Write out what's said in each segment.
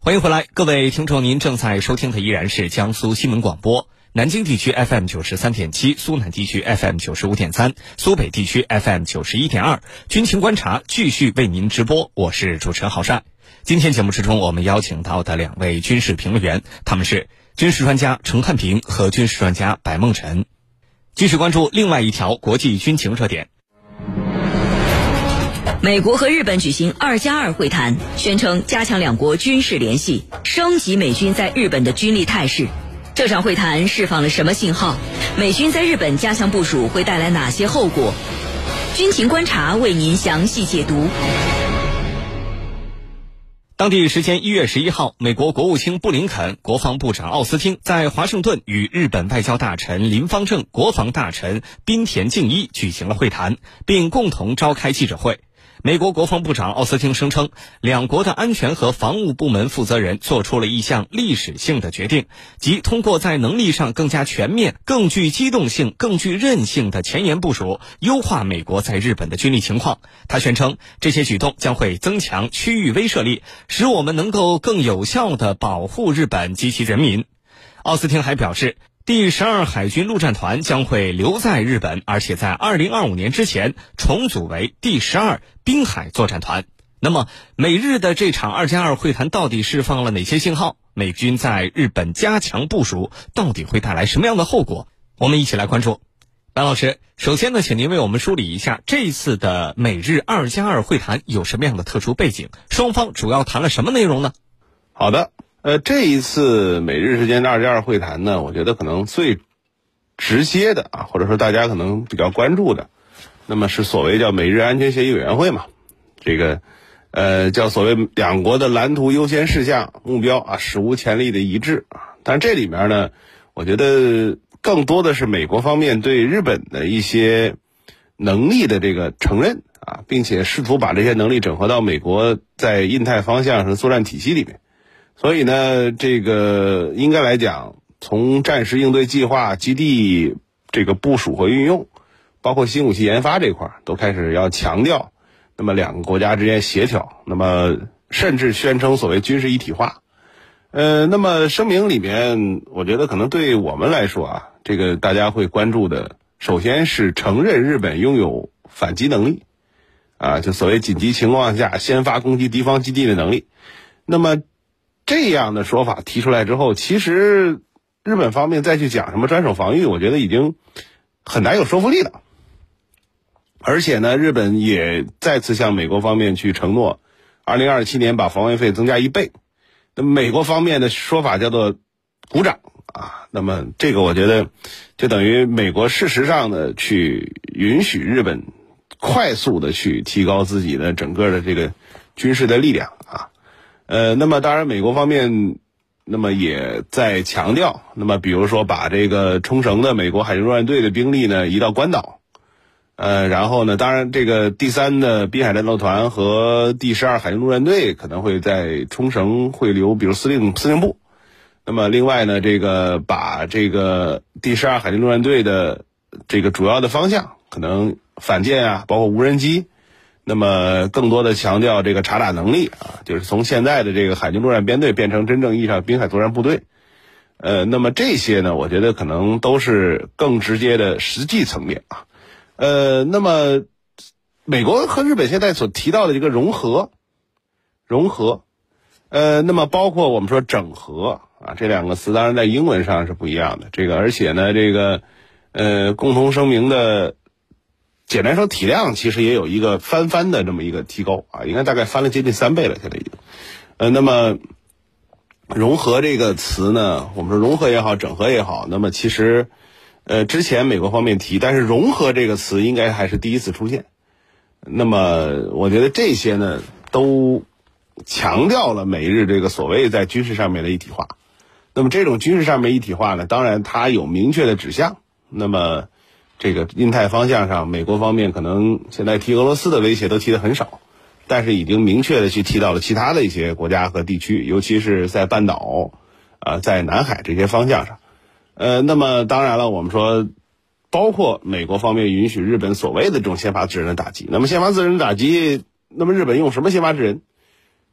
欢迎回来，各位听众，您正在收听的依然是江苏新闻广播，南京地区 FM 93.7，苏南地区 FM 95.3，苏北地区 FM 91.2，军情观察继续为您直播，我是主持人郝帅。今天节目之中，我们邀请到的两位军事评论员，他们是军事专家陈汉平和军事专家白梦辰。继续关注另外一条国际军情热点。 美国和日本举行2+2会谈，宣称加强两国军事联系，升级美军在日本的军力态势。这场会谈释放了什么信号？美军在日本加强部署会带来哪些后果？军情观察为您详细解读。 当地时间1月11号，美国国务卿布林肯、国防部长奥斯汀在华盛顿与日本外交大臣林芳正、国防大臣滨田敬一举行了会谈，并共同召开记者会。美国国防部长奥斯汀声称，两国的安全和防务部门负责人做出了一项历史性的决定，即通过在能力上更加全面、更具机动性、更具韧性的前沿部署，优化美国在日本的军力情况。他宣称，这些举动将会增强区域威慑力，使我们能够更有效地保护日本及其人民。奥斯汀还表示，第12海军陆战团将会留在日本，而且在2025年之前重组为第12滨海作战团。那么，美日的这场2+2会谈到底释放了哪些信号？美军在日本加强部署到底会带来什么样的后果？我们一起来关注。白老师，首先呢，请您为我们梳理一下这一次的美日2+2会谈有什么样的特殊背景？双方主要谈了什么内容呢？ 好的。这一次美日之间的2+2会谈呢，我觉得可能最直接的或者说大家可能比较关注的，那么是所谓叫美日安全协议委员会嘛，这个叫所谓两国的蓝图优先事项目标史无前例的一致但这里面呢，我觉得更多的是美国方面对日本的一些能力的这个承认并且试图把这些能力整合到美国在印太方向和作战体系里面。所以呢，这个应该来讲，从战时应对计划、基地这个部署和运用，包括新武器研发这块都开始要强调，那么两个国家之间协调，那么甚至宣称所谓军事一体化。那么声明里面，我觉得可能对我们来说这个大家会关注的，首先是承认日本拥有反击能力，就所谓紧急情况下先发攻击敌方基地的能力。那么这样的说法提出来之后，其实日本方面再去讲什么专守防御，我觉得已经很难有说服力了。而且呢，日本也再次向美国方面去承诺2027年把防卫费增加1倍。那么美国方面的说法叫做鼓掌那么这个我觉得就等于美国事实上的去允许日本快速的去提高自己的整个的这个军事的力量那么当然美国方面那么也在强调，那么比如说把这个冲绳的美国海军陆战队的兵力呢移到关岛，然后呢当然这个第3的滨海战斗团和第12海军陆战队可能会在冲绳会留比如司令部。那么另外呢，这个把这个第12海军陆战队的这个主要的方向可能反舰包括无人机，那么更多的强调这个察打能力就是从现在的这个海军陆战编队变成真正意义上滨海作战部队。那么这些呢，我觉得可能都是更直接的实际层面那么美国和日本现在所提到的这个融合那么包括我们说整合这两个词当然在英文上是不一样的，这个而且呢这个共同声明的简单说体量其实也有一个翻的这么一个提高应该大概翻了接近3倍了现在已经那么融合这个词呢，我们说融合也好整合也好，那么其实之前美国方面提，但是融合这个词应该还是第一次出现。那么我觉得这些呢都强调了美日这个所谓在军事上面的一体化。那么这种军事上面一体化呢，当然它有明确的指向，那么这个印太方向上，美国方面可能现在提俄罗斯的威胁都提得很少，但是已经明确的去提到了其他的一些国家和地区，尤其是在半岛在南海这些方向上。那么当然了，我们说包括美国方面允许日本所谓的这种先发制人的打击。那么先发制人的打击，那么日本用什么先发制人？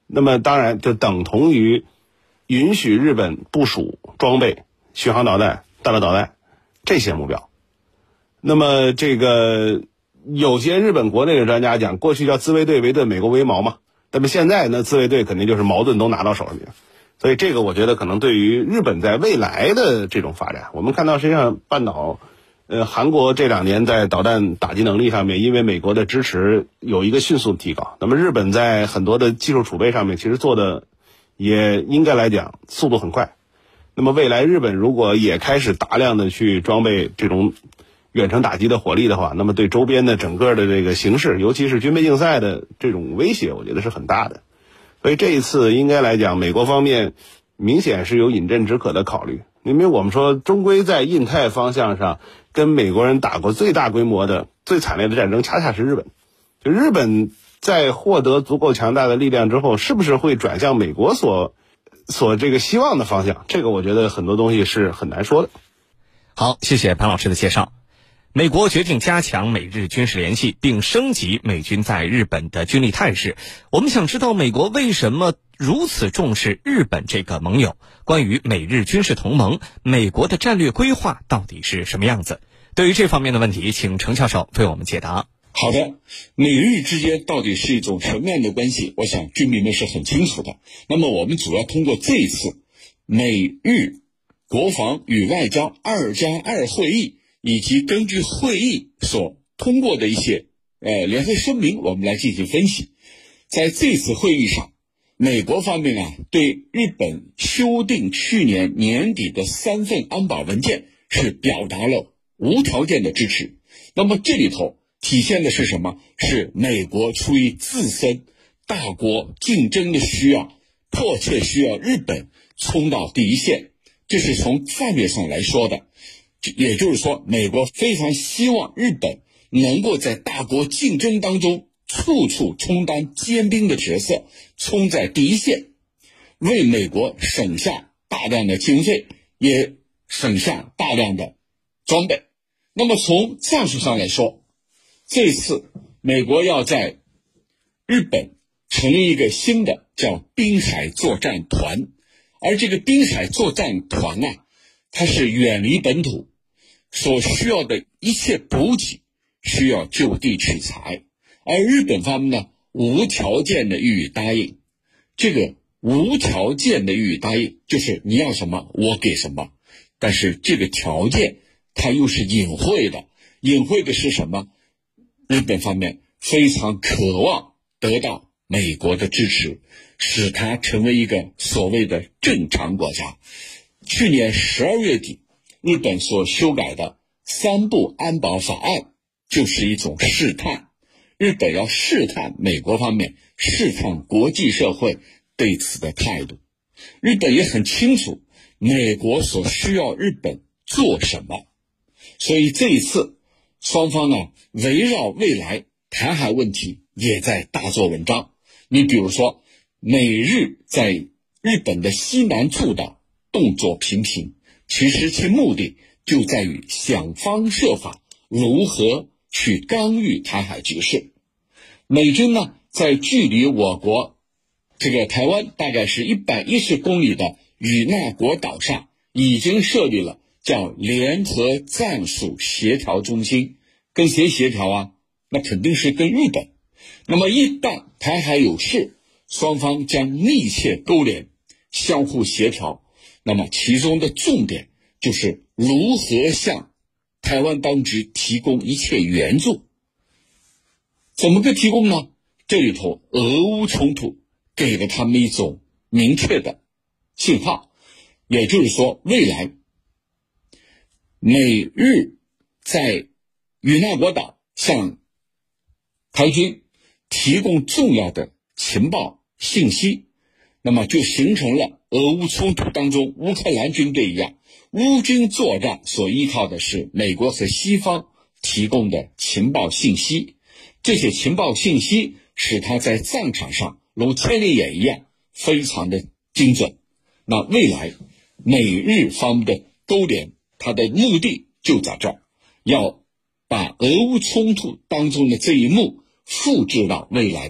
那么当然就等同于允许日本部署装备巡航导弹、弹道导弹这些目标。那么这个有些日本国内的专家讲，过去叫自卫队围盾美国为矛嘛，那么现在呢，自卫队肯定就是矛盾都拿到手里了。所以这个我觉得可能对于日本在未来的这种发展，我们看到实际上半岛韩国这2年在导弹打击能力上面，因为美国的支持有一个迅速的提高。那么日本在很多的技术储备上面其实做的也应该来讲速度很快。那么未来日本如果也开始大量的去装备这种远程打击的火力的话，那么对周边的整个的这个形势，尤其是军备竞赛的这种威胁，我觉得是很大的。所以这一次应该来讲，美国方面明显是有饮鸩止渴的考虑，因为我们说终归在印太方向上跟美国人打过最大规模的最惨烈的战争恰恰是日本。就日本在获得足够强大的力量之后，是不是会转向美国所这个希望的方向，这个我觉得很多东西是很难说的。 好，谢谢潘老师的介绍。美国决定加强美日军事联系，并升级美军在日本的军力态势。我们想知道美国为什么如此重视日本这个盟友？关于美日军事同盟，美国的战略规划到底是什么样子？对于这方面的问题，请程教授为我们解答。 好的，美日之间到底是一种什么样的关系？我想军迷们是很清楚的。那么我们主要通过这一次美日国防与外交2+2会议，以及根据会议所通过的一些联合声明，我们来进行分析。在这次会议上，美国方面对日本修订去年年底的3份安保文件是表达了无条件的支持。那么这里头体现的是什么？是美国出于自身大国竞争的需要，迫切需要日本冲到第一线，这是从战略上来说的。也就是说，美国非常希望日本能够在大国竞争当中处处充当尖兵的角色，冲在第一线，为美国省下大量的经费，也省下大量的装备。那么从战术上来说，这次美国要在日本成立一个新的叫滨海作战团，而这个滨海作战团它是远离本土，所需要的一切补给需要就地取材，而日本方面呢，无条件的予以答应。这个无条件的予以答应，就是你要什么我给什么，但是这个条件它又是隐晦的。隐晦的是什么？日本方面非常渴望得到美国的支持，使它成为一个所谓的正常国家。去年12月底，日本所修改的3部安保法案就是一种试探，日本要试探美国方面，试探国际社会对此的态度。日本也很清楚美国所需要日本做什么，所以这一次双方围绕未来台海问题也在大做文章。你比如说，美日在日本的西南诸岛动作频频，其实其目的就在于想方设法如何去干预台海局势。美军在距离我国这个台湾大概是110公里的与那国岛上已经设立了叫联合战术协调中心。跟谁协调那肯定是跟日本。那么一旦台海有事，双方将密切勾连，相互协调。那么其中的重点就是如何向台湾当局提供一切援助。怎么个提供呢？这里头俄乌冲突给了他们一种明确的信号，也就是说，未来美日在与那国岛向台军提供重要的情报信息，那么就形成了俄乌冲突当中乌克兰军队一样，乌军作战所依靠的是美国和西方提供的情报信息。这些情报信息使他在战场上如千里眼一样非常的精准。那未来美日方面的勾连，它的目的就在这儿，要把俄乌冲突当中的这一幕复制到未来的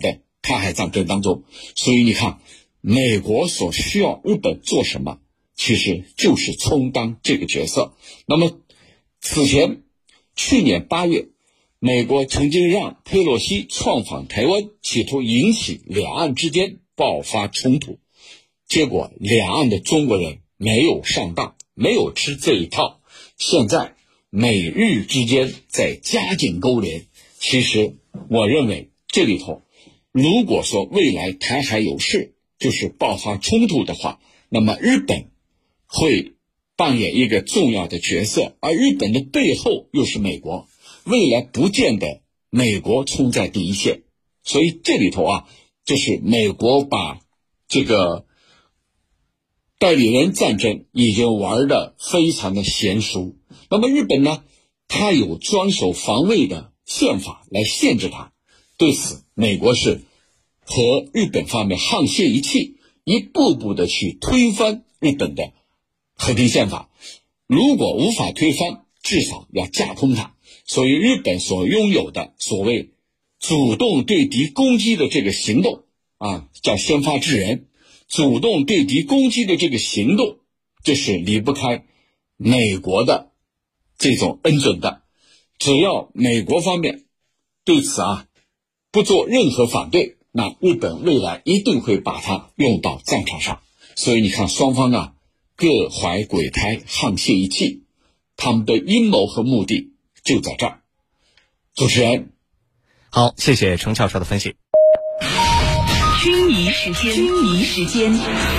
台海战争当中。所以你看，美国所需要日本做什么，其实就是充当这个角色。那么此前去年8月，美国曾经让佩洛西创访台湾，企图引起两岸之间爆发冲突，结果两岸的中国人没有上当，没有吃这一套。现在美日之间在加紧勾连，其实我认为这里头，如果说未来台海有事，就是爆发冲突的话，那么日本会扮演一个重要的角色，而日本的背后又是美国，未来不见得美国冲在第一线。所以这里头就是美国把这个代理人战争已经玩得非常的娴熟。那么日本呢，它有专守防卫的宪法来限制它，对此美国是和日本方面沆瀣一气，一步步的去推翻日本的和平宪法。如果无法推翻，至少要架空它。所以日本所拥有的所谓主动对敌攻击的这个行动叫先发制人，主动对敌攻击的这个行动，这是离不开美国的这种恩准的。只要美国方面对此不做任何反对，那日本未来一定会把它用到战场上。所以你看双方各怀鬼胎，沆瀣一气，他们的阴谋和目的就在这儿。主持人， 好，谢谢程教授的分析。 军迷时间。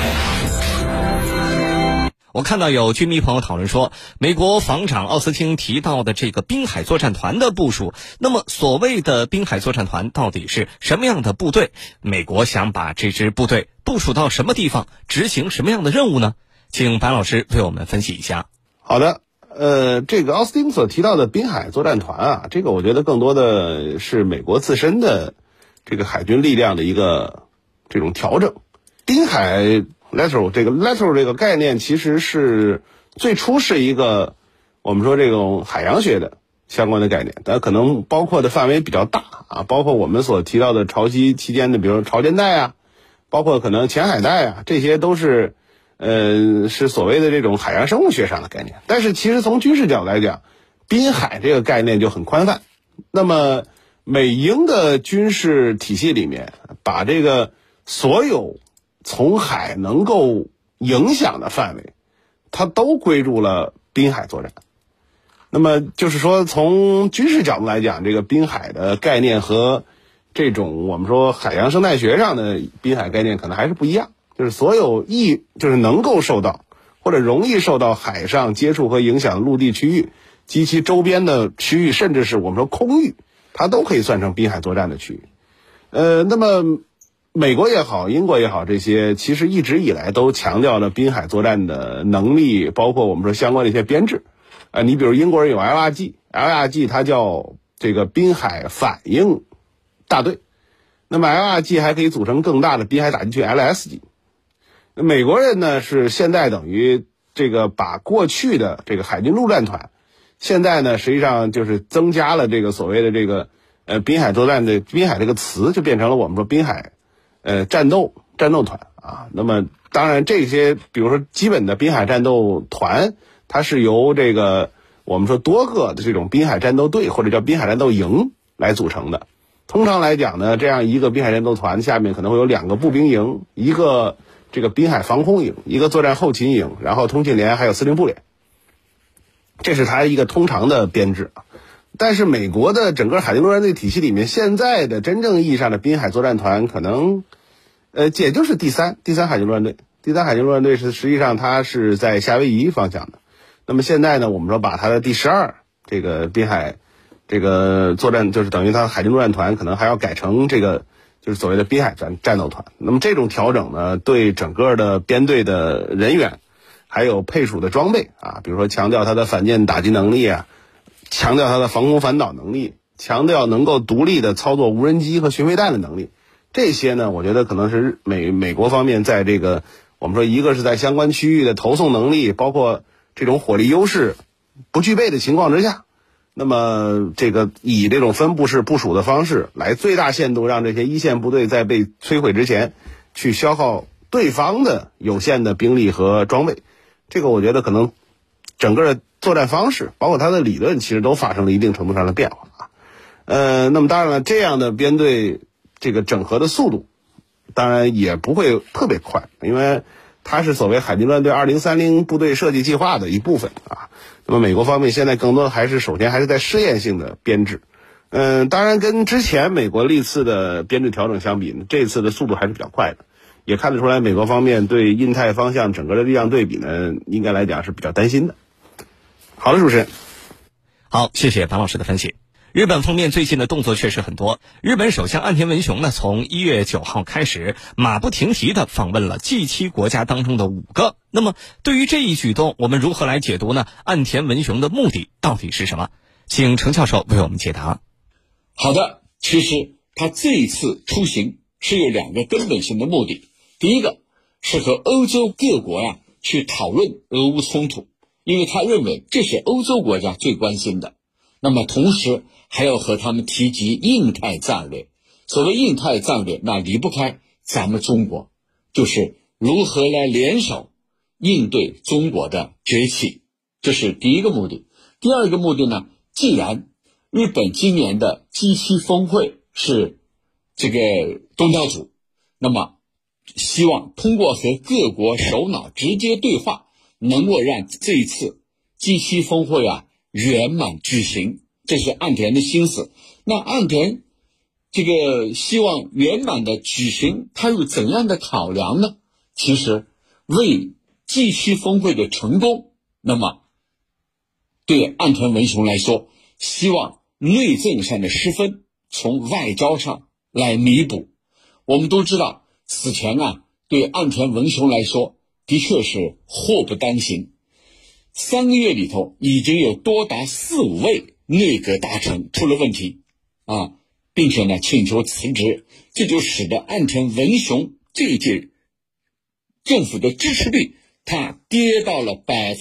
我看到有军迷朋友讨论说，美国防长奥斯汀提到的这个滨海作战团的部署，那么所谓的滨海作战团到底是什么样的部队？美国想把这支部队部署到什么地方，执行什么样的任务呢？请白老师为我们分析一下。 好的，这个奥斯汀所提到的滨海作战团这个我觉得更多的是美国自身的这个海军力量的一个这种调整。滨海 lateral 这个概念其实是最初是一个我们说这种海洋学的相关的概念，但可能包括的范围比较大包括我们所提到的潮汐期间的，比如说潮间带包括可能浅海带这些都是是所谓的这种海洋生物学上的概念。但是其实从军事角度来讲，滨海这个概念就很宽泛。那么美英的军事体系里面，把这个所有从海能够影响的范围，它都归入了滨海作战。那么就是说，从军事角度来讲，这个滨海的概念和这种我们说海洋生态学上的滨海概念可能还是不一样。就是所有就是能够受到或者容易受到海上接触和影响的陆地区域及其周边的区域，甚至是我们说空域，它都可以算成滨海作战的区域。那么美国也好，英国也好，这些其实一直以来都强调了滨海作战的能力，包括我们说相关的一些编制。你比如英国人有 LRG 它叫这个滨海反应大队，那么 LRG 还可以组成更大的滨海打击区 LSG。美国人呢是现在等于这个把过去的这个海军陆战团，现在呢实际上就是增加了这个所谓的这个滨海作战的滨海这个词，就变成了我们说滨海战斗团那么当然这些比如说基本的滨海战斗团，它是由这个我们说多个的这种滨海战斗队或者叫滨海战斗营来组成的。通常来讲呢，这样一个滨海战斗团下面可能会有2个步兵营，一个这个滨海防空营，一个作战后勤营，然后通信连还有司令部连，这是它一个通常的编制。但是美国的整个海军陆战队体系里面，现在的真正意义上的滨海作战团可能也就是第三海军陆战队。第3海军陆战队是实际上它是在夏威夷方向的。那么现在呢，我们说把它的第12这个滨海这个作战，就是等于它海军陆战团可能还要改成这个就是所谓的滨海战斗团。那么这种调整呢，对整个的编队的人员还有配属的装备比如说强调它的反舰打击能力强调它的防空反导能力，强调能够独立的操作无人机和巡飞弹的能力，这些呢我觉得可能是美国方面在这个我们说一个是在相关区域的投送能力，包括这种火力优势不具备的情况之下， 那么这个以这种分布式部署的方式来最大限度让这些一线部队在被摧毁之前去消耗对方的有限的兵力和装备，这个我觉得可能整个作战方式包括它的理论其实都发生了一定程度上的变化啊。那么当然了，这样的编队这个整合的速度当然也不会特别快，因为它是所谓海军陆战队2030部队设计计划的一部分啊。那么美国方面现在更多首先还是在试验性的编制。当然跟之前美国历次的编制调整相比呢，这次的速度还是比较快的，也看得出来美国方面对印太方向整个的力量对比呢，应该来讲是比较担心的。好的，主持人。 好，谢谢白老师的分析。日本方面最近的动作确实很多。日本首相岸田文雄呢，从1月9号开始，马不停蹄地访问了 G7 国家当中的5个。那么，对于这一举动，我们如何来解读呢？岸田文雄的目的到底是什么？请程教授为我们解答。 好的，其实他这一次出行是有2个根本性的目的。第一个是和欧洲各国去讨论俄乌冲突，因为他认为这是欧洲国家最关心的。那么同时还要和他们提及印太战略。所谓印太战略，那离不开咱们中国，就是如何来联手应对中国的崛起，这是第一个目的。第二个目的呢，既然日本今年的 G7 峰会是这个东道主，那么希望通过和各国首脑直接对话，能够让这一次 G7 峰会圆满举行，这是岸田的心思。那岸田这个希望圆满的举行，他有怎样的考量呢？其实为 G7 峰会的成功，那么对岸田文雄来说，希望内政上的失分从外交上来弥补。我们都知道此前对岸田文雄来说的确是祸不单行，3个月里头已经有多达4、5位内阁大臣出了问题并且呢请求辞职，这就使得岸田文雄这一届政府的支持率它跌到了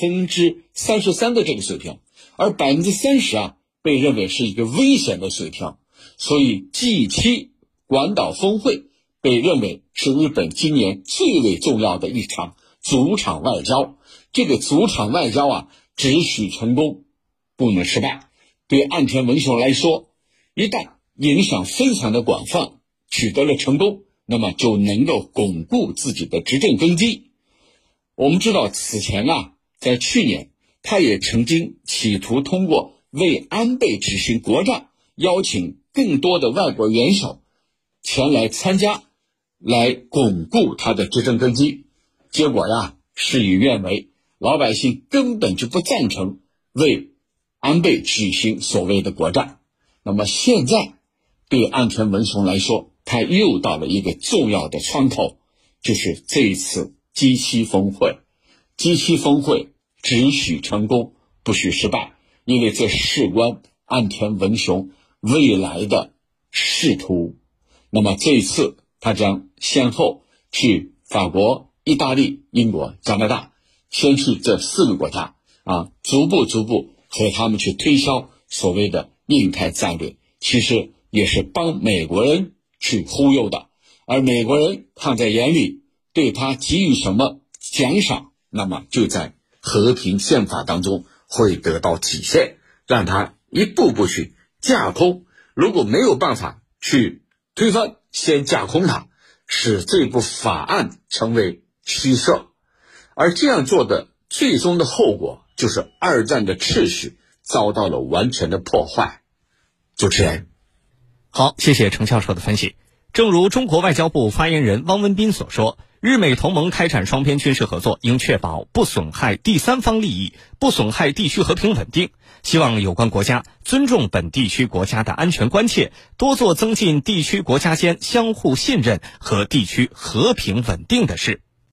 33% 的这个水平，而 30% 被认为是一个危险的水平。所以 G7 广岛峰会被认为是日本今年最为重要的一场主场外交。这个主场外交只许成功，不能失败。对岸田文雄来说，一旦影响非常的广泛，取得了成功，那么就能够巩固自己的执政根基。我们知道此前在去年他也曾经企图通过为安倍举行国葬，邀请更多的外国元首前来参加，来巩固他的执政根基。结果事与愿违，老百姓根本就不赞成为安倍举行所谓的国葬。那么现在对岸田文雄来说，他又到了一个重要的窗口，就是这一次 G7 峰会。G7 峰会只许成功，不许失败，因为这事关岸田文雄未来的仕途。那么这一次他将先后去法国、意大利、英国、加拿大，先去这4个国家逐步和他们去推销所谓的印太战略，其实也是帮美国人去忽悠的。而美国人看在眼里，对他给予什么奖赏，那么就在和平宪法当中会得到体现，让他一步步去架空。如果没有办法去推翻，先架空它，使这部法案成为虚设。而这样做的最终的后果，就是2战的秩序遭到了完全的破坏。主持人。 好，谢谢程教授的分析。正如中国外交部发言人汪文斌所说，日美同盟开展双边军事合作，应确保不损害第三方利益，不损害地区和平稳定。希望有关国家尊重本地区国家的安全关切，多做增进地区国家间相互信任和地区和平稳定的事。